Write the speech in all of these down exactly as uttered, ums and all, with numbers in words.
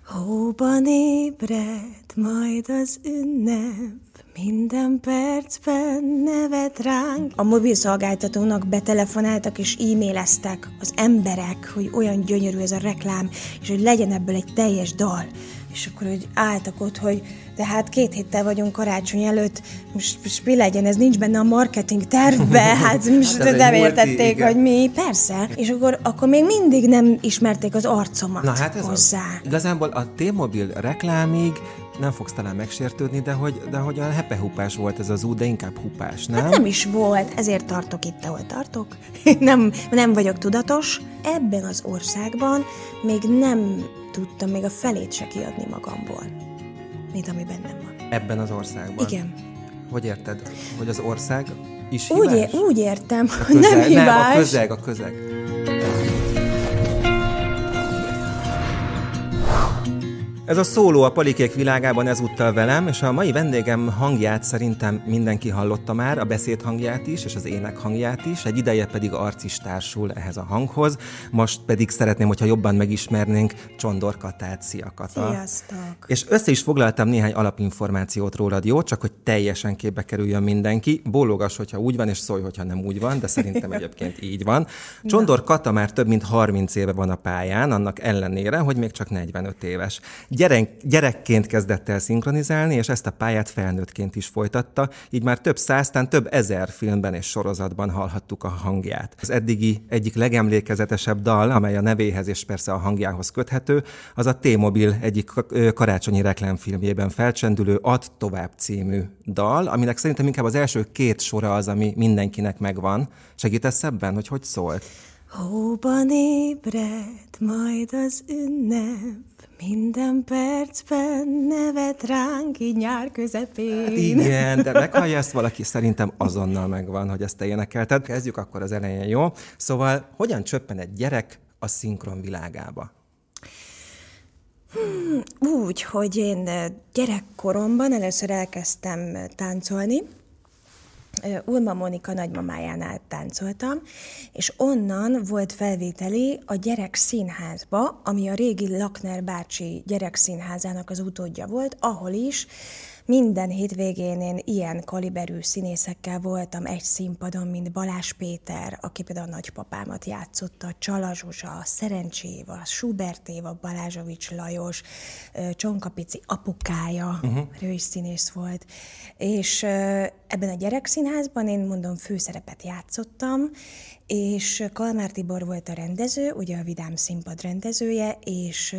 Hóban ébred majd az ünnep, minden percben nevet ránk. A mobilszolgáltatónak betelefonáltak és e-maileztek az emberek, hogy olyan gyönyörű ez a reklám, és hogy legyen ebből egy teljes dal. És akkor hogy álltak ott, hogy de hát két héttel vagyunk karácsony előtt, most, most mi legyen, ez nincs benne a marketing tervbe, hát most hát nem értették, multi, hogy mi, persze. És akkor, akkor még mindig nem ismerték az arcomat Na, hát ez hozzá. Az. Igazából a T-Mobil reklámig nem fogsz talán megsértődni, de hogy, de hogy olyan hepehupás volt ez az út, de inkább hupás, nem? Hát nem is volt, ezért tartok itt, ahol tartok. nem, nem vagyok tudatos. Ebben az országban még nem tudtam még a felét se kiadni magamból, mint ami bennem van. Ebben az országban? Igen. Hogy érted? Hogy az ország is úgy hibás? É, úgy értem, hogy nem hibás. Nem, a közeg, a közeg. Ez a Szóló a Palikék világában ezúttal velem, és a mai vendégem hangját szerintem mindenki hallotta már, a beszéd hangját is, és az ének hangját is, egy ideje pedig arc is társul ehhez a hanghoz. Most pedig szeretném, hogyha jobban megismernénk Csondor Katát. Szia, Kata! Sziasztok! És össze is foglaltam néhány alapinformációt rólad, jó? Csak hogy teljesen képbe kerüljön mindenki. Bólogass, hogyha úgy van, és szólj, hogyha nem úgy van, de szerintem egyébként így van. Csondor Kata már több mint harminc éve van a pályán, annak ellenére, hogy még csak negyvenöt éves. Gyerek, gyerekként kezdett el szinkronizálni, és ezt a pályát felnőttként is folytatta, így már több száztán, több ezer filmben és sorozatban hallhattuk a hangját. Az eddigi egyik legemlékezetesebb dal, amely a nevéhez és persze a hangjához köthető, az a T-Mobil egyik karácsonyi reklámfilmjében felcsendülő Add tovább című dal, aminek szerintem inkább az első két sora az, ami mindenkinek megvan. Segítesz ebben, hogy hogy szólt? Hóban ébred majd az ünnep, minden percben nevet ránk, így nyár közepén. Hát igen, de meghallja ezt valaki, szerintem azonnal megvan, hogy ezt te énekelted. Kezdjük akkor az elején, jó? Szóval, hogyan csöppen egy gyerek a szinkron világába? Hmm, úgy, hogy én gyerekkoromban először elkezdtem táncolni, Ulma Mónika nagymamájánál táncoltam, és onnan volt felvételi a Gyerekszínházba, ami a régi Lakner bácsi Gyerekszínházának az utódja volt, ahol is minden hétvégén én ilyen kaliberű színészekkel voltam egy színpadon, mint Balázs Péter, aki például a nagypapámat játszotta, Csala Zsuzsa, Szerencsi Éva, Schubert Éva, Balázsovics Lajos, Csonka Pici apukája, uh-huh. ő is színész volt. És ebben a Gyerekszínházban én mondom főszerepet játszottam, és Kalmár Tibor volt a rendező, ugye a Vidám Színpad rendezője, és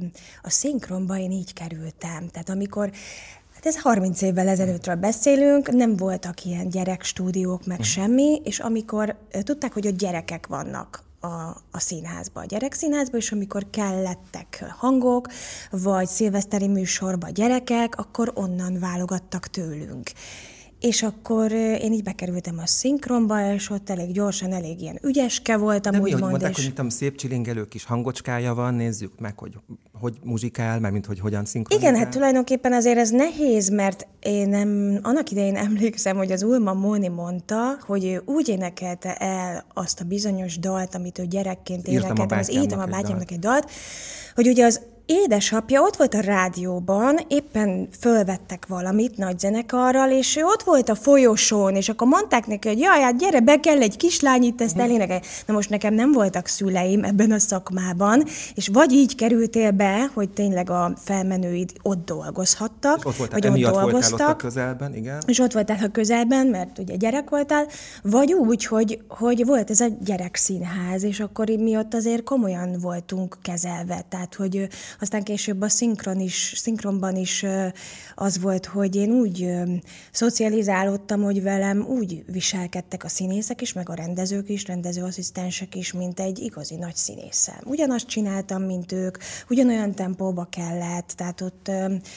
a szinkronba én így kerültem. Tehát amikor ez harminc évvel ezelőttről beszélünk, nem voltak ilyen gyerekstúdiók, meg semmi, és amikor tudták, hogy ott gyerekek vannak a, a színházban, a gyerekszínházban, és amikor kellettek hangok, vagy szilveszteri műsorba gyerekek, akkor onnan válogattak tőlünk. És akkor én így bekerültem a szinkronba, és ott elég gyorsan, elég ilyen ügyeske voltam, úgymond. De mi, hogy mondták, és... hogy mit tudom, szép csilingelő kis hangocskája van, nézzük meg, hogy hogy muzsikál, mert mint hogy hogyan szinkronizál. Igen, hát tulajdonképpen azért ez nehéz, mert én nem, annak idején emlékszem, hogy az Ulma Móni mondta, hogy ő úgy énekelte el azt a bizonyos dalt, amit ő gyerekként énekelte, az írtam a bátyámnak egy dalt, hogy ugye az édesapja ott volt a rádióban, éppen fölvettek valamit nagy zenekarral, és ő ott volt a folyosón, és akkor mondták neki, hogy jaj, hát gyere, be kell egy kislány itt ezt elénekelni. Na most nekem nem voltak szüleim ebben a szakmában, és vagy így kerültél be, hogy tényleg a felmenőid ott dolgozhattak, és ott voltál, vagy ott dolgoztak. Voltál ott a közelben, igen. És ott voltál a közelben, mert ugye gyerek voltál, vagy úgy, hogy, hogy volt ez a gyerekszínház, és akkor mi ott azért komolyan voltunk kezelve, tehát hogy aztán később a szinkron is, szinkronban is az volt, hogy én úgy szocializálódtam, hogy velem úgy viselkedtek a színészek is, meg a rendezők is, rendezőasszisztensek is, mint egy igazi nagy színésszel. Ugyanazt csináltam, mint ők, ugyanolyan tempóba kellett, tehát ott...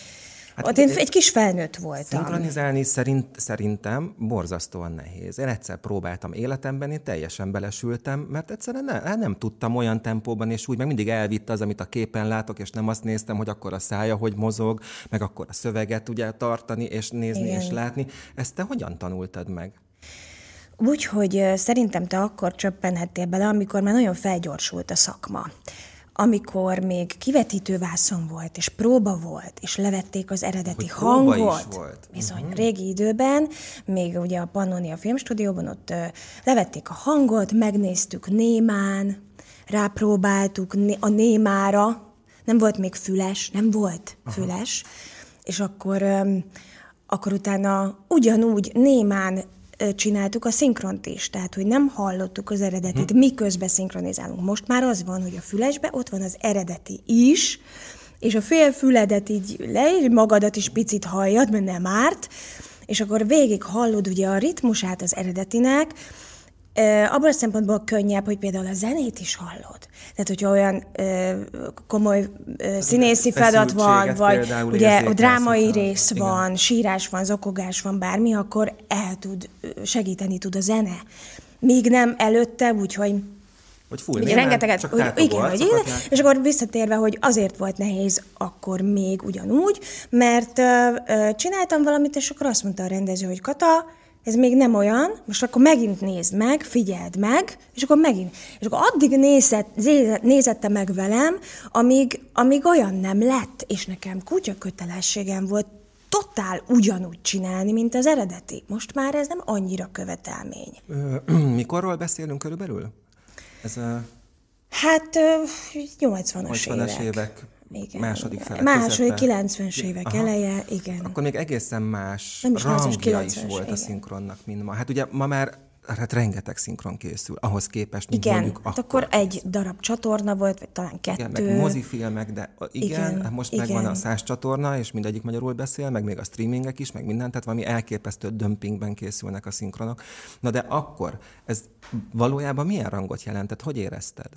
Hát ott én egy kis felnőtt voltam. Szinkronizálni szerint, szerintem borzasztóan nehéz. Én egyszer próbáltam életemben, én teljesen belesültem, mert egyszerűen ne, nem tudtam olyan tempóban, és úgy meg mindig elvitt az, amit a képen látok, és nem azt néztem, hogy akkor a szája hogy mozog, meg akkor a szöveget ugye tartani, és nézni, igen, és látni. Ezt te hogyan tanultad meg? Úgy, hogy szerintem te akkor csöppenhettél bele, amikor már nagyon felgyorsult a szakma. amikor még kivetítővászon volt, és próba volt, és levették az eredeti Hogy próba hangot. is volt. Bizony, Uh-huh. régi időben, még ugye a Pannonia Filmstúdióban ott ö, levették a hangot, megnéztük némán, rápróbáltuk né- a némára, nem volt még füles, nem volt Aha. füles, és akkor, ö, akkor utána ugyanúgy némán csináltuk a szinkront is, tehát, hogy nem hallottuk az eredetit, hm. miközben szinkronizálunk. Most már az van, hogy a fülesbe ott van az eredeti is, és a fél füledet így le, magadat is picit halljad, mert nem árt, és akkor végig hallod ugye a ritmusát az eredetinek, abban a szempontból könnyebb, hogy például a zenét is hallod. Tehát, hogyha olyan ö, komoly ö, színészi feladat van, vagy ugye a drámai rész igen. van, sírás van, zokogás van, bármi, akkor el tud, segíteni tud a zene. Míg nem előtte, úgyhogy Hogy full ugye, rengeteget, hogy, igen, hogy én, és akkor visszatérve, hogy azért volt nehéz akkor még ugyanúgy, mert ö, ö, csináltam valamit, és akkor azt mondta a rendező, hogy Kata, ez még nem olyan, most akkor megint nézd meg, figyeld meg, és akkor megint. És akkor addig nézett, nézette meg velem, amíg, amíg olyan nem lett, és nekem kutya kötelességem volt totál ugyanúgy csinálni, mint az eredeti. Most már ez nem annyira követelmény. Ö, mikorról beszélünk körülbelül? Ez a... Hát nyolcvanas évek. évek. Igen. Második fele. Második, kilencvenes évek Aha. eleje, igen. Akkor még egészen más Nem is rangja is volt igen. a szinkronnak, mint ma. Hát ugye ma már hát rengeteg szinkron készül, ahhoz képest, mint igen. mondjuk hát akkor. akkor egy darab csatorna volt, vagy talán kettő. Igen, meg mozifilmek, de igen, igen. most igen. megvan a száz csatorna, és mindegyik magyarul beszél, meg még a streamingek is, meg minden, tehát valami elképesztő dömpingben készülnek a szinkronok. Na de akkor ez valójában milyen rangot jelentett? Hogy érezted?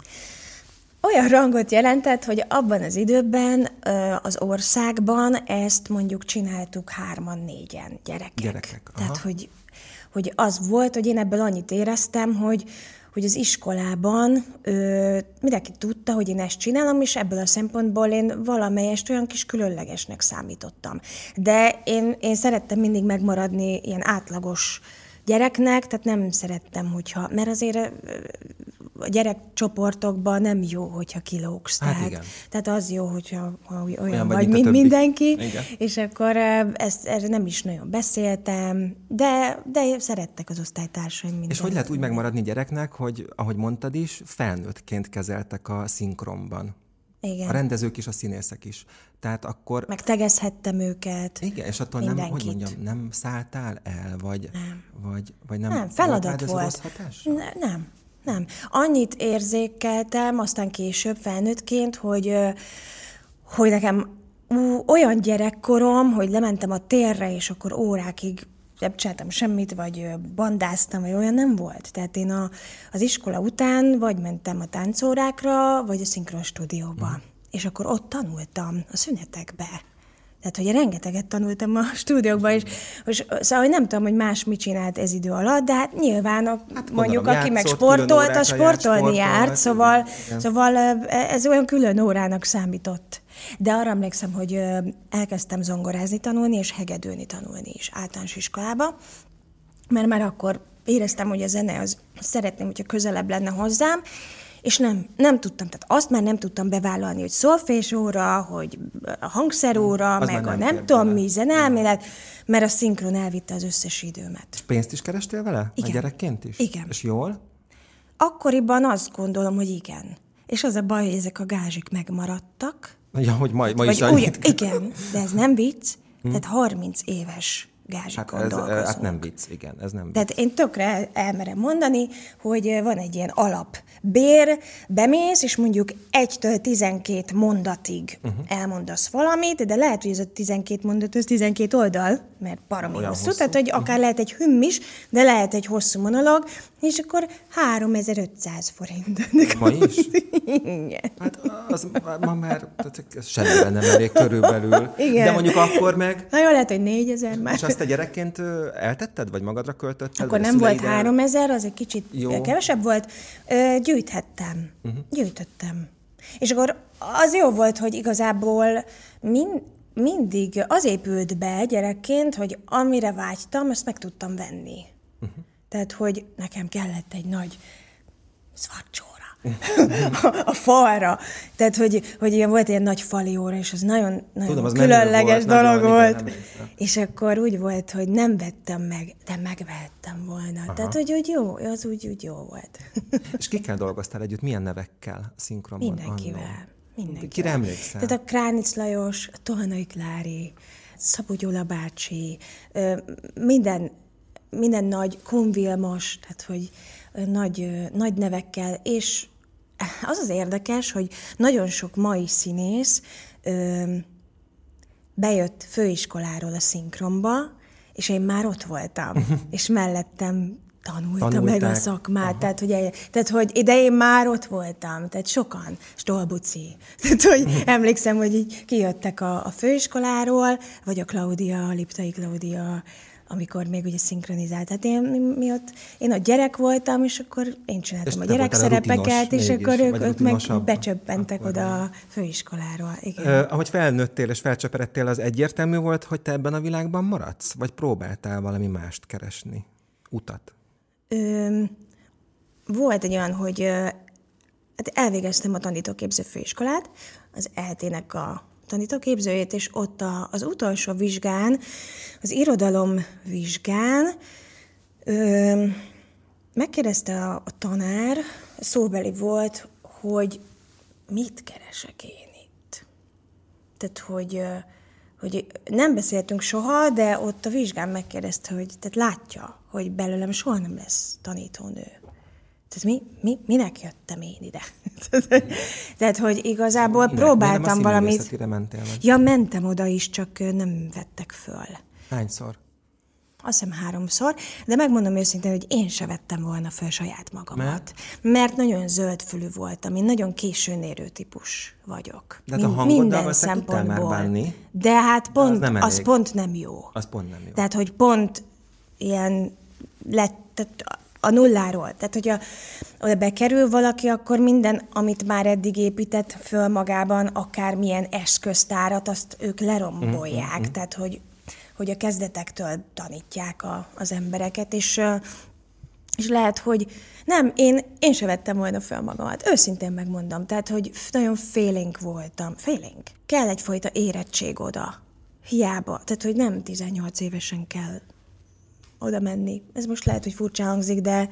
Olyan rangot jelentett, hogy abban az időben az országban ezt mondjuk csináltuk hárman, négyen gyerekek. Gyerekek, aha. Tehát, hogy, hogy az volt, hogy én ebből annyit éreztem, hogy, hogy az iskolában ö, mindenki tudta, hogy én ezt csinálom, és ebből a szempontból én valamelyest olyan kis különlegesnek számítottam. De én, én szerettem mindig megmaradni ilyen átlagos gyereknek, tehát nem szerettem, hogyha, mert azért a gyerekcsoportokban nem jó, hogyha kilógsz. Hát tehát, igen. tehát az jó, hogyha olyan, olyan vagy, vagy, mint, mint mindenki, igen. és akkor ezt, erre nem is nagyon beszéltem, de, de szerettek az osztálytársaim mindent. És hogy lehet úgy megmaradni gyereknek, hogy, ahogy mondtad is, felnőttként kezeltek a szinkronban? Igen. A rendezők is, a színészek is. Tehát akkor... Meg tegezhettem őket. Igen, és attól nem, hogy mondjam, nem szálltál el, vagy nem, vagy, vagy nem, nem feladat volt. Ne, nem, nem. Annyit érzékeltem, aztán később felnőttként, hogy, hogy nekem ú, olyan gyerekkorom, hogy lementem a térre, és akkor órákig nem csináltam semmit, vagy bandáztam, vagy olyan nem volt. Tehát én a, az iskola után vagy mentem a táncórákra, vagy a szinkron stúdióba. Mm. És akkor ott tanultam a szünetekbe. Tehát, hogy rengeteget tanultam a stúdiókban is. És, szóval, hogy nem tudom, hogy más mit csinált ez idő alatt, de hát nyilván a, hát mondjuk, gondolom, aki meg sportolt, a sportolni járt, járt szóval, igen. szóval ez olyan külön órának számított. De arra emlékszem, hogy elkezdtem zongorázni tanulni, és hegedülni tanulni is általános iskolába, mert már akkor éreztem, hogy a zene, az szeretném, hogyha közelebb lenne hozzám, és nem, nem tudtam, tehát azt már nem tudtam bevállalni, hogy szolfésóra, hogy a hangszeróra, az meg a nem tudom mi, zeneelmélet, mert a szinkron elvitte az összes időmet. És pénzt is kerestél vele? Igen. A gyerekként is? Igen. És jól? Akkoriban azt gondolom, hogy igen. És az a baj, hogy ezek a gázsik megmaradtak. Ja, hogy ma, ma is úgy, igen, de ez nem vicc, hm. tehát harminc éves gázsikon hát ez, dolgozunk. Hát nem vicc, igen, ez nem vicc. Tehát én tökre el, elmerem mondani, hogy van egy ilyen alapbér, bemész, és mondjuk egytől tizenkét mondatig uh-huh. elmondasz valamit, de lehet, hogy ez a tizenkét mondat, ez tizenkét oldal, mert baromi hosszú, hosszú, tehát hogy akár uh-huh. lehet egy hümn is, de lehet egy hosszú monológ, és akkor háromezer-ötszáz forint. Ma is? Igen. Hát az ma már semmiben nem elég körülbelül. Igen. De mondjuk akkor meg... Na jó, lehet, hogy négyezer már. És azt te gyerekként eltetted, vagy magadra költötted? Akkor nem volt háromezer, az egy kicsit jó. Kevesebb volt. Gyűjthettem. Uh-huh. Gyűjtöttem. És akkor az jó volt, hogy igazából min- mindig az épült be gyerekként, hogy amire vágytam, azt meg tudtam venni. Uh-huh. Tehát, hogy nekem kellett egy nagy szvarcsóra. a falra. Tehát, hogy, hogy ilyen volt ilyen nagy fali óra, és az nagyon, nagyon Tudom, az különleges volt, dolog nagyon, volt. igen, és akkor úgy volt, hogy nem vettem meg, de megvehettem volna. Aha. Tehát, hogy, hogy jó, az úgy, úgy jó volt. És kikkel dolgoztál együtt? Milyen nevekkel a szinkronban? Mindenkivel. Mindenkivel. Kire emlékszel? Tehát a Kránic Lajos, a Tohanai Klári, Szabó Gyula bácsi, minden, minden nagy Kun Vilmos, tehát hogy nagy, nagy nevekkel, és az az érdekes, hogy nagyon sok mai színész ö, bejött főiskoláról a szinkronba, és én már ott voltam, és mellettem tanulta Tanulták. meg a szakmát, Aha. tehát hogy, tehát hogy ide én már ott voltam, tehát sokan, Stolbuci. Tehát, hogy emlékszem, hogy így kijöttek a, a főiskoláról, vagy a Klaudia, a Liptai Klaudia, amikor még ugye szinkronizált. Tehát én, mi ott, én ott gyerek voltam, és akkor én csináltam és a gyerekszerepeket, és akkor is, ők, ők meg becsöppentek oda a főiskoláról. Igen. Uh, ahogy felnőttél és felcsöperedtél, az egyértelmű volt, hogy te ebben a világban maradsz? Vagy próbáltál valami mást keresni? Utat? Ö, volt egy olyan, hogy ö, hát elvégeztem a tanítóképző főiskolát, az é el té-nek a tanítóképzőjét, és ott a, az utolsó vizsgán, az irodalom vizsgán ö, megkérdezte a, a tanár, szóbeli volt, hogy mit keresek én itt. Tehát, hogy, ö, hogy nem beszéltünk soha, de ott a vizsgán megkérdezte, hogy tehát látja, hogy belőlem soha nem lesz tanítónő. Tehát mi, mi, minek jöttem én ide? Tehát, hogy igazából minek? próbáltam nem valamit... mentél meg? Ja, mentem oda is, csak nem vettek föl. Hányszor? Azt hiszem háromszor, de megmondom őszintén, hogy én se vettem volna föl saját magamat. Mert, mert nagyon zöldfülű voltam, én nagyon későn érő típus vagyok. De hát a hangoddal tudtál már bánni? De hát pont, az, az pont nem jó. Az pont nem jó. Tehát, hogy pont ilyen lett... Tehát, a nulláról. Tehát, hogyha oda bekerül valaki, akkor minden, amit már eddig épített föl magában, akármilyen eszköztárat, azt ők lerombolják. Mm-hmm. Tehát, hogy, hogy a kezdetektől tanítják a, az embereket, és, és lehet, hogy nem, én, én se vettem volna föl magamat. Őszintén megmondom. Tehát, hogy nagyon félénk voltam. Félénk. Kell egyfajta érettség oda. Hiába. Tehát, hogy nem tizennyolc évesen kell oda menni. Ez most lehet, hogy furcsa hangzik, de,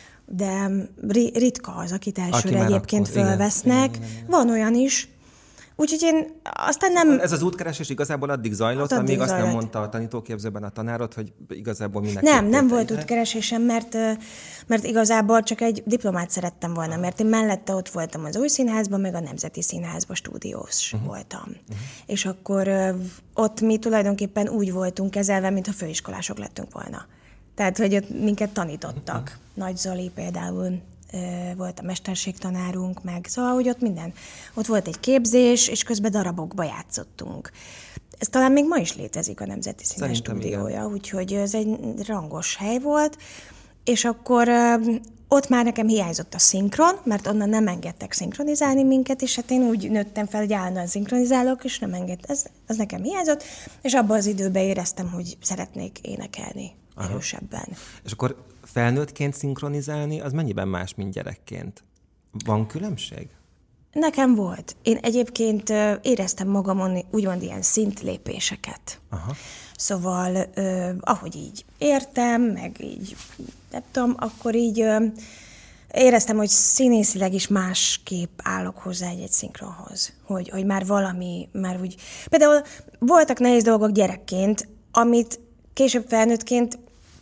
de ritka az, akit elsőre Aki egyébként akkor, fölvesznek. Igen, igen, igen. Van olyan is. Úgyhogy én aztán nem... Ez az útkeresés igazából addig zajlott, hát amíg azt nem mondta a tanítóképzőben a tanárod, hogy igazából minek... Nem, nem volt útkeresésem, mert, mert igazából csak egy diplomát szerettem volna, ah. mert én mellette ott voltam az Új Színházban, meg a Nemzeti Színházban stúdiós uh-huh. voltam. Uh-huh. És akkor ott mi tulajdonképpen úgy voltunk kezelve, mintha főiskolások lettünk volna. Tehát, hogy ott minket tanítottak. Uh-huh. Nagy Zoli például volt a mesterségtanárunk, meg szóval, hogy ott minden. Ott volt egy képzés, és közben darabokba játszottunk. Ez talán még ma is létezik a Nemzeti Színház stúdiója, úgyhogy ez egy rangos hely volt, és akkor ott már nekem hiányzott a szinkron, mert onnan nem engedtek szinkronizálni minket, és hát én úgy nőttem fel, hogy állandóan szinkronizálok, és nem enged. Ez, ez nekem hiányzott, és abban az időben éreztem, hogy szeretnék énekelni Aha. erősebben. És akkor felnőttként szinkronizálni, az mennyiben más, mint gyerekként? Van különbség? Nekem volt. Én egyébként éreztem magamon úgymond ilyen szintlépéseket. Aha. Szóval, eh, ahogy így értem, meg így, nem tudom, akkor így eh, éreztem, hogy színészileg is másképp állok hozzá egy-egy szinkronhoz. Hogy, hogy már valami, már úgy... Például voltak nehéz dolgok gyerekként, amit később felnőttként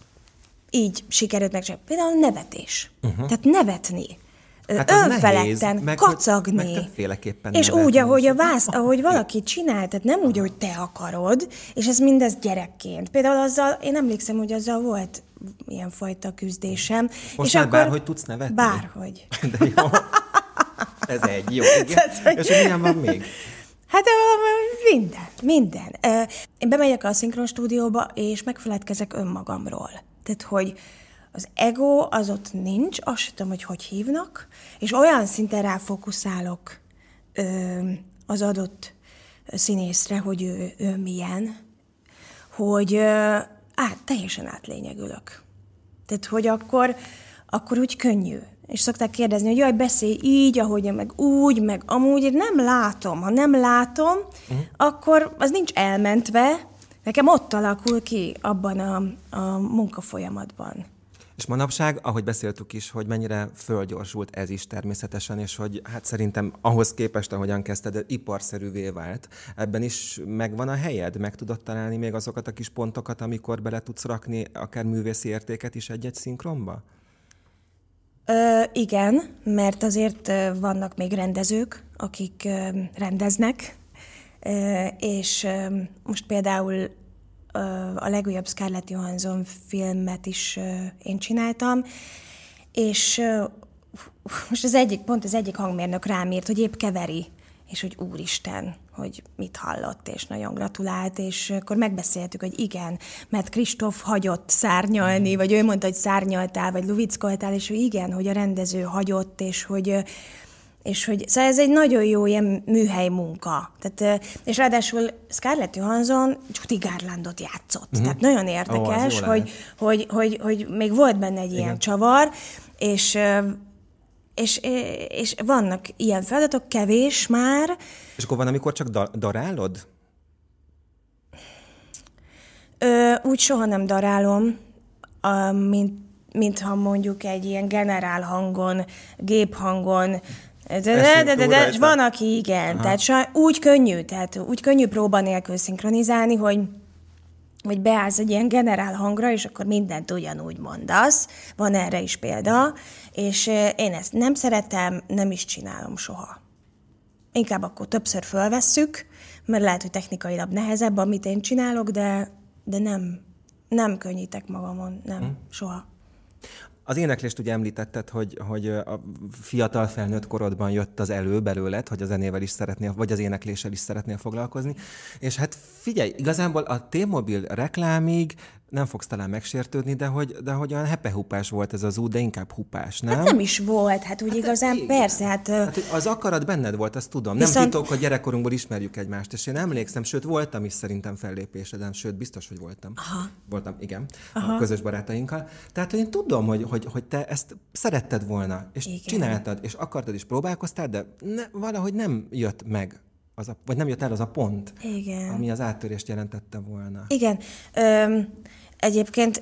így sikerült megcsinálni. Például nevetés. Uh-huh. Tehát nevetni. Hát önfeledten, nehéz, kacagni. Meg többféleképpen és úgy, ahogy, a vász, ahogy valaki csinál, tehát nem úgy, hogy te akarod, és ez mindez gyerekként. Például azzal, én emlékszem, hogy azzal volt ilyenfajta küzdésem. Most és már akkor bárhogy tudsz nevetni? Bárhogy. De jó. Ez egy jó. Tehát, hogy... És milyen van még? Hát minden, minden. Én bemegyek a szinkron stúdióba, és megfeledkezek önmagamról. Tehát, hogy az ego az ott nincs, azt sem tudom, hogy hogy hívnak, és olyan szinten ráfókuszálok ö, az adott színészre, hogy ő, ő milyen, hogy ö, át, teljesen átlényegülök. Tehát, hogy akkor, akkor úgy könnyű. és szokták kérdezni, hogy jaj, beszélj így, ahogy, meg úgy, meg amúgy, nem látom. Ha nem látom, uh-huh. akkor az nincs elmentve, nekem ott alakul ki abban a, a munkafolyamatban. És manapság, ahogy beszéltük is, hogy mennyire fölgyorsult ez is természetesen, és hogy hát szerintem ahhoz képest, ahogyan kezdted, iparszerűvé vált. Ebben is megvan a helyed? Meg tudod találni még azokat a kis pontokat, amikor bele tudsz rakni akár művészi értéket is egy-egy szinkronba? Ö, igen, mert azért vannak még rendezők, akik ö, rendeznek, ö, és ö, most például a legújabb Scarlett Johansson filmet is én csináltam, és most az egyik, pont az egyik hangmérnök rám írt, hogy épp keveri, és hogy úristen, hogy mit hallott, és nagyon gratulált, és akkor megbeszéltük, hogy igen, mert Kristóf hagyott szárnyalni, vagy ő mondta, hogy szárnyaltál, vagy luvickoltál, és hogy igen, hogy a rendező hagyott, és hogy És hogy, szóval ez egy nagyon jó ilyen műhely munka. Tehát, és ráadásul Scarlett Johansson Judy Garlandot játszott. Uh-huh. Tehát nagyon érdekes, oh, hogy, hogy, hogy, hogy még volt benne egy igen. ilyen csavar, és, és, és vannak ilyen feladatok, kevés már. És akkor van, amikor csak da- darálod? Ö, úgy soha nem darálom, a, mint, mintha mondjuk egy ilyen generál hangon, géphangon, De, de, de, de, de van, aki igen. Tehát saj, úgy könnyű, tehát úgy könnyű próba nélkül szinkronizálni, hogy, hogy beállsz egy ilyen generál hangra, és akkor mindent ugyanúgy mondasz. Van erre is példa, és én ezt nem szeretem, nem is csinálom soha. Inkább akkor többször fölvesszük, mert lehet, hogy technikailag nehezebb, amit én csinálok, de, de nem, nem könnyítek magamon, nem, hm. soha. Az éneklést ugye említetted, hogy, hogy a fiatal felnőtt korodban jött az elő belőled, hogy a zenével is szeretnél, vagy az énekléssel is szeretnél foglalkozni. És hát figyelj, igazából a T-Mobil reklámig nem fogsz talán megsértődni, de hogy, de hogy olyan hepehupás volt ez az út, de inkább hupás, nem? Hát nem is volt, hát úgy hát igazán igen. Persze. Hát, hát az akarat benned volt, azt tudom. Viszont... Nem titok, hogy gyerekkorunkból ismerjük egymást, és én emlékszem, sőt voltam is szerintem fellépéseden, sőt biztos, hogy voltam. Aha. Voltam, igen, Aha. a közös barátainkkal. Tehát én tudom, hogy, hogy, hogy te ezt szeretted volna, és igen. csináltad, és akartad, és próbálkoztál, de ne, valahogy nem jött meg. Az a, vagy nem jött el az a pont, igen. ami az áttörést jelentette volna. Igen. Öm, egyébként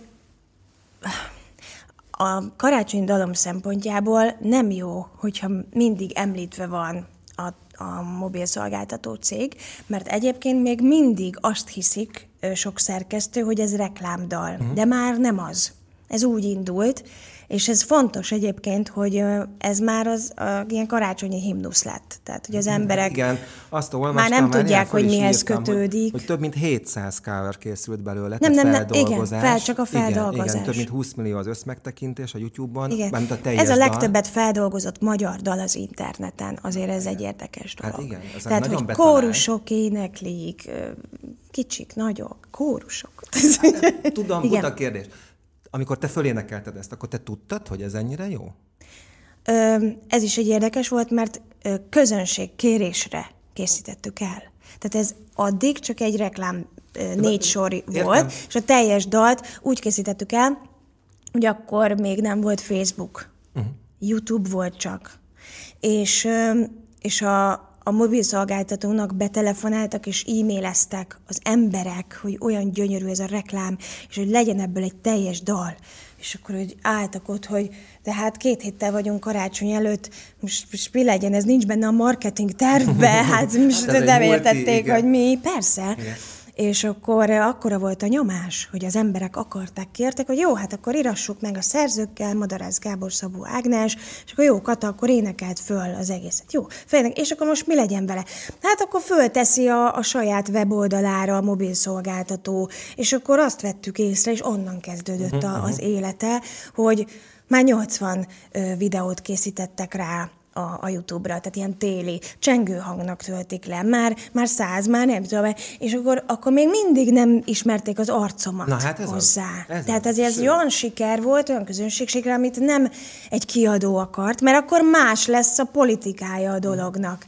a karácsonyi dalom szempontjából nem jó, hogyha mindig említve van a, a mobil szolgáltató cég, mert egyébként még mindig azt hiszik sok szerkesztő, hogy ez reklámdal, uh-huh. de már nem az. Ez úgy indult, és ez fontos egyébként, hogy ez már az a, ilyen karácsonyi himnusz lett. Tehát, hogy az emberek igen, azt már nem már tudják, hogy mihez írtam, kötődik. Hogy, hogy több mint hétszáz cover készült belőle, nem, nem, nem, feldolgozás. Igen, fel, csak a feldolgozás. Igen, igen, több mint húsz millió az összmegtekintés a YouTube-on, igen. a teljes ez a legtöbbet dal. feldolgozott magyar dal az interneten. Azért ez egy érdekes dolog. Hát igen, tehát, hogy betalált. Kórusok éneklik, kicsik, nagyok, kórusok. Hát, tudom, buta kérdés. Amikor te fölénekelted ezt, akkor te tudtad, hogy ez ennyire jó? Ö, ez is egy érdekes volt, mert közönség kérésre készítettük el. Tehát ez addig csak egy reklám négy sor volt, és a teljes dalt úgy készítettük el, hogy akkor még nem volt Facebook. Uh-huh. YouTube volt csak. És, és a, a mobil szolgáltatónak betelefonáltak és e-maileztek az emberek, hogy olyan gyönyörű ez a reklám, és hogy legyen ebből egy teljes dal. És akkor hogy álltak ott, hogy de hát két héttel vagyunk karácsony előtt, most, most mi legyen, ez nincs benne a marketing tervbe, hát most hát nem értették, hogy mi. Persze. Igen. És akkor akkora volt a nyomás, hogy az emberek akarták, kértek, hogy jó, hát akkor írassuk meg a szerzőkkel, Madarász Gábor, Szabó Ágnes, és akkor jó, Kata, akkor énekelt föl az egészet. Jó, félnek, és akkor most mi legyen vele? Hát akkor fölteszi a, a saját weboldalára a mobil szolgáltató, és akkor azt vettük észre, és onnan kezdődött a, az élete, hogy már nyolcvan ö, videót készítettek rá a, a YouTube-ra, tehát ilyen téli csengőhangnak töltik le, már, már száz, már nem tudom, és akkor, akkor még mindig nem ismerték az arcomat Na, hát ez hozzá. Az, ez tehát az, ez olyan siker volt, olyan közönségsiker, amit nem egy kiadó akart, mert akkor más lesz a politikája a dolognak.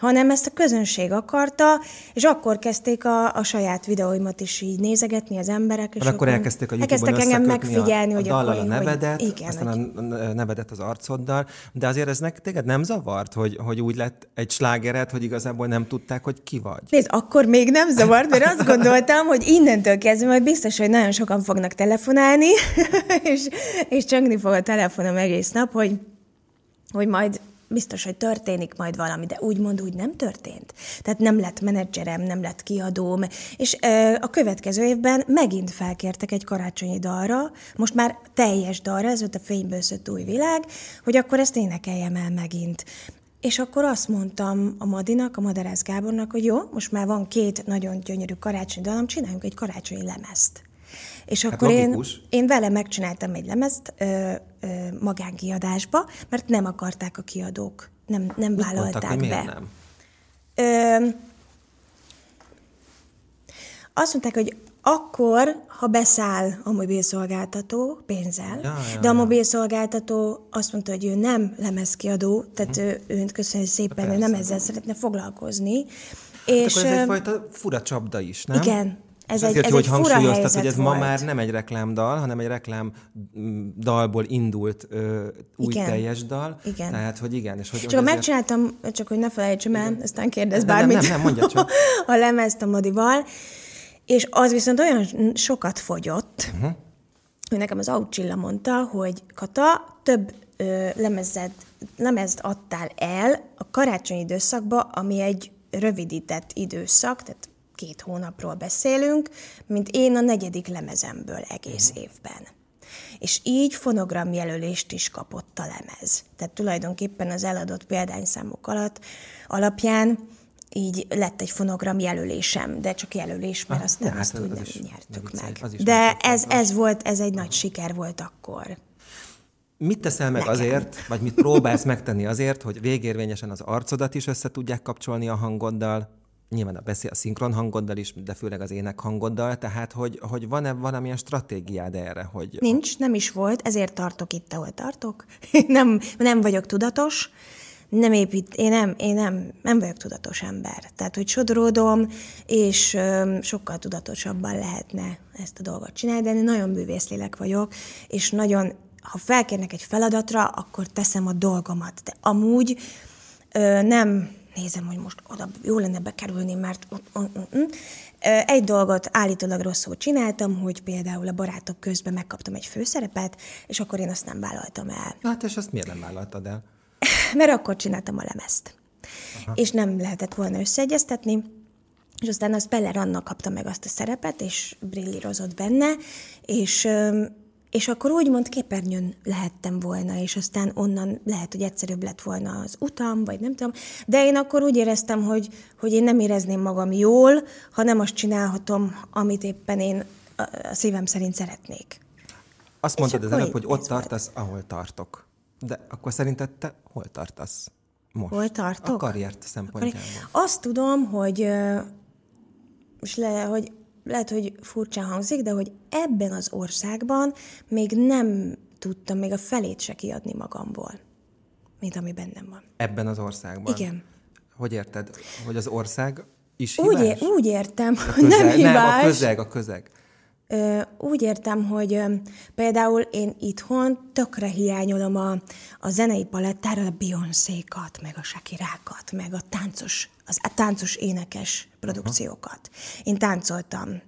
hanem ezt a közönség akarta, és akkor kezdték a, a saját videóimat is így nézegetni az emberek. És akkor, akkor elkezdték a YouTube-on engem megfigyelni, a, a hogy dallal akkor, a nevedet, hogy, igen, aztán hogy... a nevedet az arcoddal, de azért ez neked téged nem zavart, hogy, hogy úgy lett egy slágered, hogy igazából nem tudták, hogy ki vagy? Nézd, akkor még nem zavart, mert azt gondoltam, hogy innentől kezdve majd biztos, hogy nagyon sokan fognak telefonálni, és, és csöngni fog a telefonom egész nap, hogy, hogy majd biztos, hogy történik majd valami, de úgymond úgy nem történt. Tehát nem lett menedzserem, nem lett kiadóm, és ö, a következő évben megint felkértek egy karácsonyi dalra, most már teljes dalra, ez volt a Fényből szött új világ, hogy akkor ezt énekeljem el megint. És akkor azt mondtam a Madinak, a Madarász Gábornak, hogy jó, most már van két nagyon gyönyörű karácsonyi dalom, csináljunk egy karácsonyi lemezt. És hát akkor én, én, én vele megcsináltam egy lemezt ö, ö, magánkiadásba, mert nem akarták a kiadók, nem, nem mit vállalták mondtak, be. Miért nem? Ö, azt mondták, hogy akkor, ha beszáll a mobilszolgáltató pénzzel, ja, ja, de a ja. mobilszolgáltató azt mondta, hogy ő nem lemezkiadó, tehát hm. ő, őt köszönjük szépen, ő nem ezzel szeretne foglalkozni. Hát és, akkor ez egyfajta fura csapda is, nem? Igen. Ez ezért, egy, ez hogy egy fura hangsúlyoztad, hogy ez volt. ma már nem egy reklámdal, hanem egy reklám dalból indult ö, új igen. teljes dal. Igen. Tehát, hogy igen. És hogy, csak hogy ezért... megcsináltam, csak hogy ne felejtsem el, aztán kérdez nem, bármit. Nem, nem, nem, mondja csak. A lemezt a Madival, és az viszont olyan sokat fogyott, uh-huh. hogy nekem az Aucsilla mondta, hogy Kata, több ö, lemezed, lemezt adtál el a karácsonyi időszakba, ami egy rövidített időszak, tehát két hónapról beszélünk, mint én a negyedik lemezemből egész uh-huh. évben. És így fonogramjelölést is kapott a lemez. Tehát tulajdonképpen az eladott példányszámok alatt alapján így lett egy fonogram jelölésem, de csak jelölés, mert ah, aztán ja, azt hát úgy nem nyertük meg. meg. De ez, ez volt, ez egy nagy siker volt akkor. Mit teszel meg Nekem. azért, vagy mit próbálsz megtenni azért, hogy végérvényesen az arcodat is össze tudják kapcsolni a hangoddal, nyilván a beszél, a szinkron hangoddal is, de főleg az ének hangoddal, tehát hogy, hogy van-e valamilyen stratégiád erre? Hogy... Nincs, nem is volt, ezért tartok itt, ahol tartok. nem, nem vagyok tudatos, nem épít, én, nem, én nem, nem vagyok tudatos ember. Tehát, hogy sodródom, és ö, sokkal tudatosabban lehetne ezt a dolgot csinálni, de én nagyon művészlélek vagyok, és nagyon, ha felkérnek egy feladatra, akkor teszem a dolgomat. De amúgy ö, nem nézem, hogy most oda jó lenne bekerülni, mert egy dolgot állítólag rosszul csináltam, hogy például a Barátok közben megkaptam egy főszerepet, és akkor én azt nem vállaltam el. Hát és azt miért nem vállaltad el? Mert akkor csináltam a lemezt. Aha. És nem lehetett volna összeegyeztetni, és aztán az Peller Anna kapta meg azt a szerepet, és brillírozott benne, és, és akkor úgymond képernyőn lehettem volna, és aztán onnan lehet, hogy egyszerűbb lett volna az utam, vagy nem tudom, de én akkor úgy éreztem, hogy, hogy én nem érezném magam jól, ha nem azt csinálhatom, amit éppen én a szívem szerint szeretnék. Azt mondtad az előbb, hogy ott tartasz, volt. ahol tartok. De akkor szerinted te hol tartasz most? Hol tartok? A karriert szempontjából. Azt tudom, hogy, és le, hogy lehet, hogy furcsán hangzik, de hogy ebben az országban még nem tudtam még a felét se kiadni magamból, mint ami bennem van. Ebben az országban? Igen. Hogy érted? Hogy az ország is úgy hibás? Ér, úgy értem, a hogy nem hibás. Nem, a közeg, a közeg. Úgy értem, hogy például én itthon tökre hiányolom a, a zenei palettáról a Beyoncékat, meg a Shakirákat, meg a táncos, az, a táncos énekes produkciókat. Aha. Én táncoltam,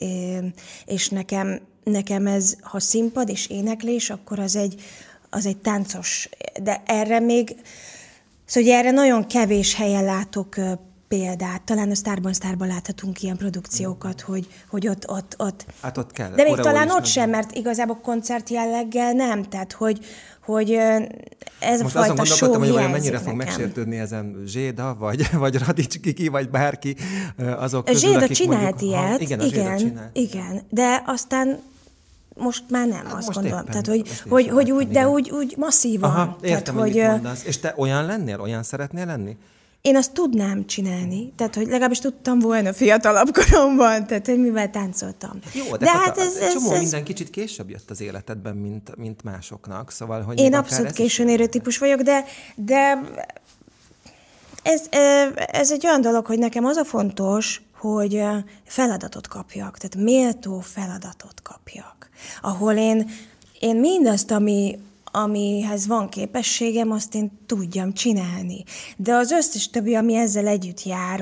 és nekem, nekem ez, ha színpad és éneklés, akkor az egy, az egy táncos, de erre még, szóval erre nagyon kevés helyen látok példát. Talán a Sztárban Sztárban láthatunk ilyen produkciókat, hogy, hogy ott, ott, ott... Hát ott kell. De még talán ott sem, mert igazából koncert jelleggel nem. Tehát, hogy, hogy ez most a fajta show hogy vajon mennyire nekem. fog megsértődni ezen Zséda, vagy, vagy Radics Kiki, vagy bárki azok közül, Zséda akik csinált mondjuk, ilyet, ha, igen, a igen, csinált. igen, de aztán most már nem, hát azt gondolom. Éppen, tehát, hogy, hogy, hogy úgy, de úgy, úgy masszívan. Aha, értem, tehát, hogy mondasz. És te olyan lennél? Olyan szeretnél lenni? Én azt tudnám csinálni, tehát hogy legalábbis tudtam volna fiatalabb koromban, tehát hogy mivel táncoltam. Jó, de, de hát ez, ez, csomó ez, minden kicsit később jött az életedben, mint, mint másoknak, szóval... Hogy én abszolút későn érő típus vagyok, de, de Ez, ez egy olyan dolog, hogy nekem az a fontos, hogy feladatot kapjak, tehát méltó feladatot kapjak, ahol én, én mindazt, ami, amihez van képességem, azt én tudjam csinálni. De az összes többi, ami ezzel együtt jár,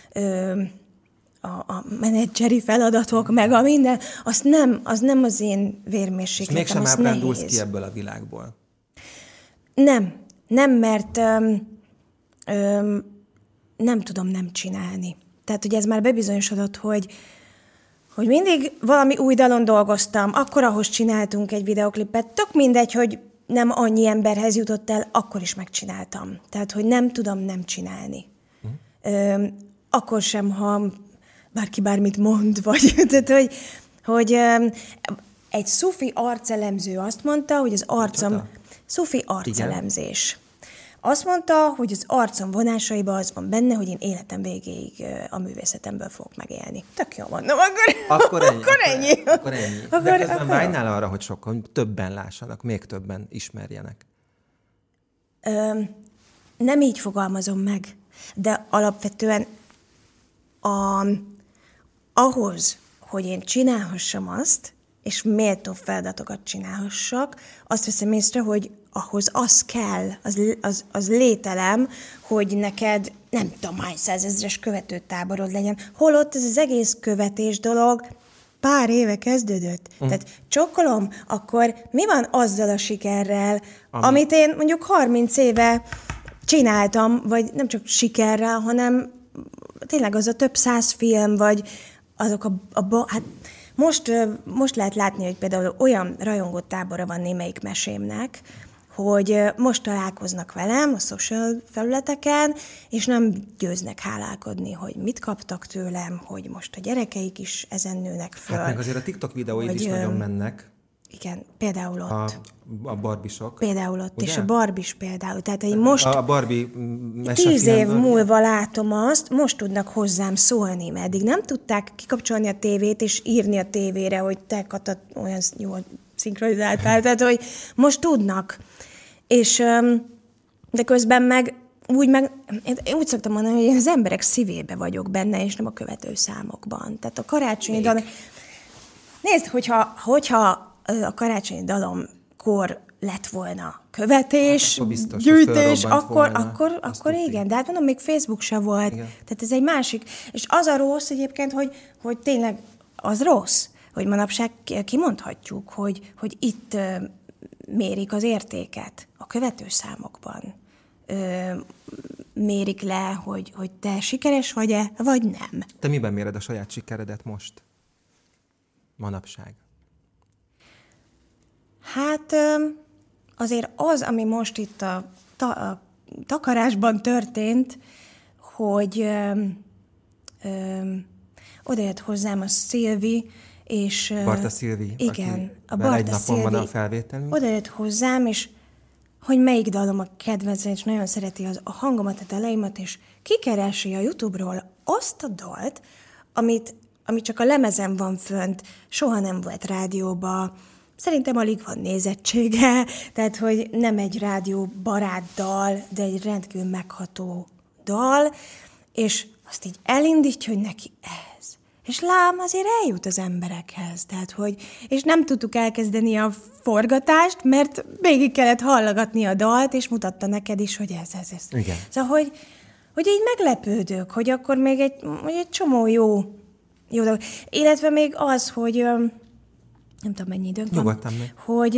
a, a menedzseri feladatok, meg a minden, az nem az, nem az én vérmérsékletem, és mégsem ábrándulsz ki ebből a világból? Nem, nem, mert öm, öm, nem tudom nem csinálni. Tehát, hogy ez már bebizonyosodott, hogy, hogy mindig valami új dalon dolgoztam, akkor ahhoz csináltunk egy videoklipet, tök mindegy, hogy nem annyi emberhez jutott el, akkor is megcsináltam. Tehát, hogy nem tudom nem csinálni. Hm. Öm, akkor sem, ha bárki bármit mond, vagy tehát, hogy, hogy öm, egy szufi arcelemző azt mondta, hogy az arcom... Csata? Szufi arcelemzés. Igen. Azt mondta, hogy az arcom vonásaiban az van benne, hogy én életem végéig a művészetemből fogok megélni. Tök jó mondom, akkor, akkor ennyi. Akkor ennyi. Akkor ennyi. Akkor, De közben akkor vágynál arra, hogy sokkal többen lássanak, még többen ismerjenek. Ö, nem így fogalmazom meg, de alapvetően a, ahhoz, hogy én csinálhassam azt, és méltó feladatokat csinálhassak, azt veszem észre, hogy ahhoz az kell, az, az, az lételem, hogy neked nem tudom hány százezres követőtáborod legyen. Holott ez az egész követés dolog pár éve kezdődött. Uh-huh. Tehát csokkolom, akkor mi van azzal a sikerrel, Ami... amit én mondjuk harminc éve csináltam, vagy nem csak sikerrel, hanem tényleg az a több száz film, vagy azok a... a hát most, most lehet látni, hogy például olyan rajongótábora van némelyik mesémnek, hogy most találkoznak velem a social felületeken, és nem győznek hálálkodni, hogy mit kaptak tőlem, hogy most a gyerekeik is ezen nőnek föl. Hát meg azért a TikTok videóid hogy, is nagyon mennek. Igen, például ott. A, a barbisok. Például ott, ugye? És a barbis például. Tehát én most a Barbie tíz év múlva látom azt, most tudnak hozzám szólni, mert eddig nem tudták kikapcsolni a tévét és írni a tévére, hogy te Kata olyan jól szinkronizáltál, tehát hogy most tudnak. És de közben meg úgy meg, én úgy szoktam mondani, hogy én az emberek szívébe vagyok benne, és nem a követőszámokban. Tehát a karácsonyi dalom... Nézd, hogyha, hogyha a karácsonyi dalomkor lett volna követés, akkor biztos, gyűjtés, akkor, akkor, akkor igen. De hát mondom, még Facebook se volt. Igen. Tehát ez egy másik. És az a rossz egyébként, hogy, hogy tényleg az rossz, hogy manapság kimondhatjuk, hogy, hogy itt mérik az értéket a követőszámokban. Ö, mérik le, hogy, hogy te sikeres vagy-e, vagy nem. Te miben méred a saját sikeredet most? Manapság? Hát azért az, ami most itt a, ta, a takarásban történt, hogy ö, ö, odajött hozzám a Szilvi, és... Barta Szilvi, igen, a Barta egy napon Szilvi van a felvételünk. Odajött hozzám, és hogy melyik dalom a kedvencem, és nagyon szereti az, a hangomat, a daleimat, és kikeresi a YouTube-ról azt a dalt, amit, amit csak a lemezen van fönt, soha nem volt rádióba, szerintem alig van nézettsége, tehát hogy nem egy rádió barát dal, de egy rendkívül megható dal, és azt így elindítja, hogy neki ez. És lám, azért eljut az emberekhez, tehát hogy, és nem tudtuk elkezdeni a forgatást, mert végig kellett hallgatni a dalt, és mutatta neked is, hogy ez, ez, ez. Igen. Szóval, hogy, hogy így meglepődök, hogy akkor még egy, hogy egy csomó jó, jó dolog. Illetve még az, hogy nem tudom, mennyi időnk van, meg. hogy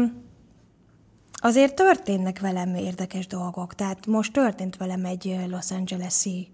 azért történnek velem érdekes dolgok. Tehát most történt velem egy Los Angeles-i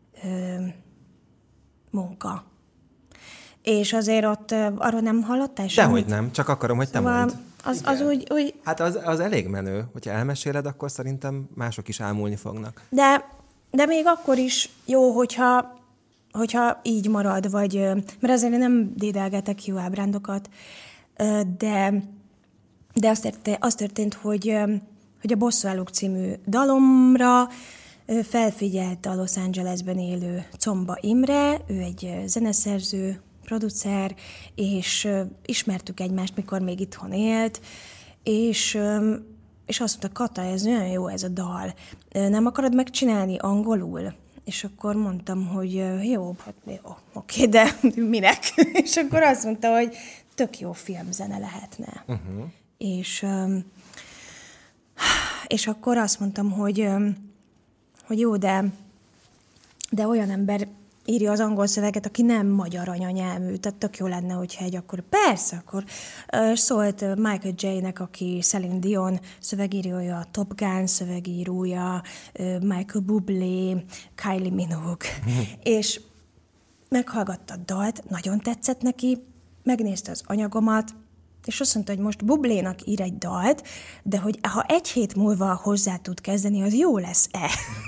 munka. És azért ott arról nem hallottál semmit? Dehogy nem, csak akarom, hogy te szóval mondd. Az, az úgy, úgy... Hát az, az elég menő, hogyha elmeséled, akkor szerintem mások is ámulni fognak. De, de még akkor is jó, hogyha, hogyha így marad, vagy, mert azért nem dédelgetek jó ábrándokat, de, de az történt, az történt hogy, hogy a Bosszúállók című dalomra felfigyelt a Los Angelesben élő Comba Imre, ő egy zeneszerző, producer, és ismertük egymást, mikor még itthon élt, és, és azt mondta, Kata, ez nagyon jó ez a dal. Nem akarod megcsinálni angolul? És akkor mondtam, hogy jó, hát jó, oké, de minek? És akkor azt mondta, hogy tök jó filmzene lehetne. Uh-huh. És, és akkor azt mondtam, hogy, hogy jó, de, de olyan ember írja az angol szöveget, aki nem magyar anyanyelvű, tehát tök jó lenne, hogyha egy akkor persze, akkor uh, szólt Michael J-nek, aki Celine Dion szövegírója, a Top Gun szövegírója, uh, Michael Bublé, Kylie Minogue, és meghallgatta a dalt, nagyon tetszett neki, megnézte az anyagomat, és azt mondta, hogy most Bublénak ír egy dalt, de hogy ha egy hét múlva hozzá tud kezdeni, az jó lesz-e?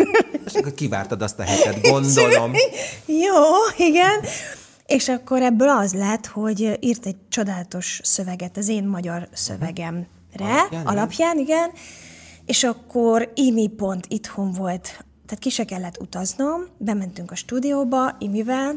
És akkor kivártad azt a hetet, gondolom. Jó, igen. És akkor ebből az lett, hogy írt egy csodálatos szöveget az én magyar szövegemre, alapján, alapján igen. És akkor Imi pont itthon volt, tehát ki se kellett utaznom, bementünk a stúdióba Imivel,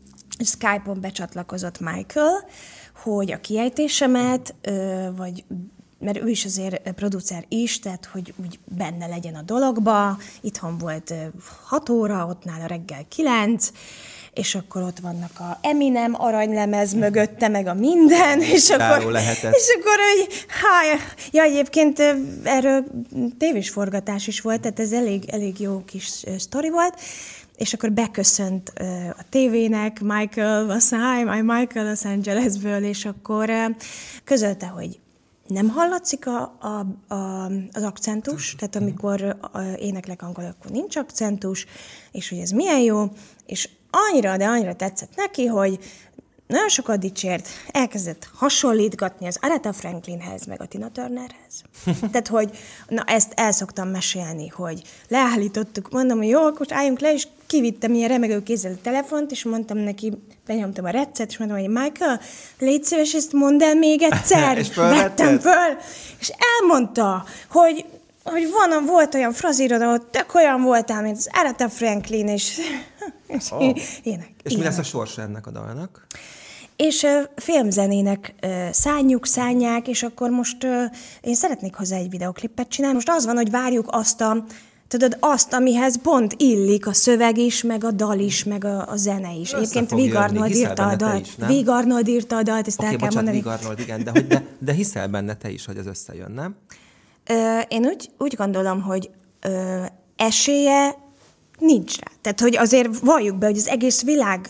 és Skype-on becsatlakozott Michael, hogy a kiejtésemet, vagy, mert ő is azért producer is, tehát hogy úgy benne legyen a dologba. Itthon volt hat óra, ott nála reggel kilenc, és akkor ott vannak a Eminem aranylemez mögötte, meg a minden, és akkor, és akkor hogy, ha, ja, egyébként erről tévésforgatás is volt, tehát ez elég, elég jó kis sztori volt, és akkor beköszönt uh, a tévének Michael, azt mondja, hi, I'm Michael Los Angelesből, és akkor uh, közölte, hogy nem hallatszik a, a, a, az akcentus, tehát amikor uh, éneklek angol, akkor nincs akcentus, és hogy ez milyen jó, és annyira, de annyira tetszett neki, hogy nagyon sokat dicsért, elkezdett hasonlítgatni az Aretha Franklinhez, meg a Tina Turnerhez. Tehát, hogy na ezt el szoktam mesélni, hogy leállítottuk, mondom, hogy jó, akkor álljunk le, és kivittem ilyen remegő kézzel a telefont, és mondtam neki, benyomtam a recet, és mondtam, hogy Michael, légy szíves, ezt mondd el még egyszer. És vettem föl, és elmondta, hogy hogy van, volt olyan frazírod, hogy tök olyan voltál, mint az Aretha Franklin, és, és oh. ének. És mi lesz a sorsa ennek a dalnak? És uh, filmzenének uh, szánjuk, szánják, és akkor most uh, én szeretnék hozzá egy videoklipet csinálni. Most az van, hogy várjuk azt a, tudod, azt, amihez pont illik a szöveg is, meg a dal is, meg a, a zene is. Egyébként Vig Arnold írta a dalt. Vig Arnold írta a dalt, ezt okay, el kell bocsánat, mondani. Vig Arnold, igen, de, hogy de, de hiszel benne te is, hogy ez összejön, nem? Uh, én úgy, úgy gondolom, hogy uh, esélye nincs rá. Tehát, hogy azért valljuk be, hogy az egész világ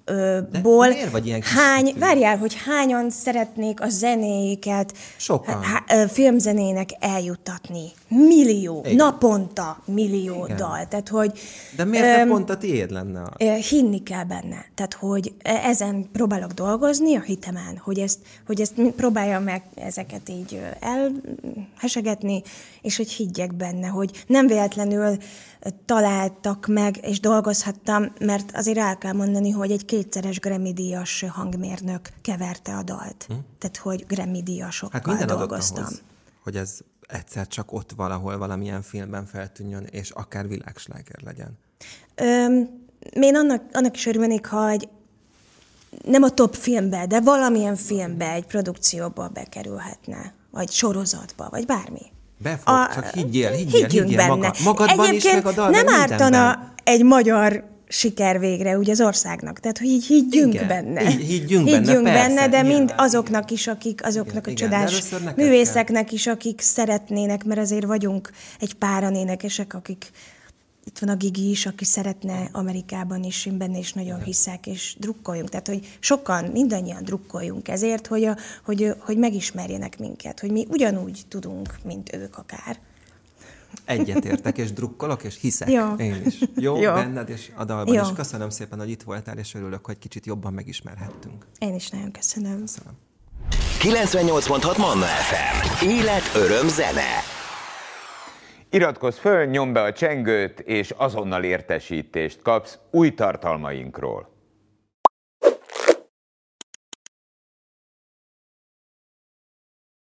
ból hány, várjál, hogy hányan szeretnék a zenéiket Sokan. Há, filmzenének eljuttatni. Millió, igen. Naponta millió igen. dal. Tehát, hogy, de miért um, pont a tiéd lenne? Hinni kell benne. Tehát, hogy ezen próbálok dolgozni a hitemen, hogy ezt, hogy ezt próbáljam meg ezeket így elhesegetni, és hogy higgyek benne, hogy nem véletlenül találtak meg, és dolgozhattam, mert azért el kell mondani, hogy egy kétszeres Grammy-díjas hangmérnök keverte a dalt. Hm? Tehát, hogy Grammy-díjasokkal hát dolgoztam. Ahhoz, hogy ez egyszer csak ott valahol valamilyen filmben feltűnjön, és akár világsláger legyen. Öm, én annak, annak is örülnék, ha egy, nem a top filmbe, de valamilyen filmbe, egy produkcióba bekerülhetne, vagy sorozatba, vagy bármi. Befog, a, csak higgyél, higgyél, higgyél benne. Maga, magadban Egyébként is, meg a dal, nem ártana egy magyar siker végre úgy az országnak. Tehát, hogy így higgyünk igen, benne. Így, higgyünk benne, higgyünk persze, benne, de mind nyilván, azoknak is, akik, azoknak igen, a csodás művészeknek is, akik szeretnének, mert azért vagyunk egy páran énekesek, akik itt van a Gigi is, aki szeretne Amerikában is, én benne is nagyon hiszek, és drukkoljunk. Tehát, hogy sokan, mindannyian drukkoljunk ezért, hogy, a, hogy, hogy megismerjenek minket, hogy mi ugyanúgy tudunk, mint ők akár. Egyetértek, és drukkolok, és hiszek. Jó. Én is. Jó, Jó. Benned és a dalban Jó. is. Köszönöm szépen, hogy itt voltál, és örülök, hogy kicsit jobban megismerhettünk. Én is nagyon köszönöm. Köszönöm. kilencvennyolc pont hat Manna ef em. Élet, öröm, zene. Iratkozz föl, nyomd be a csengőt, és azonnal értesítést kapsz új tartalmainkról.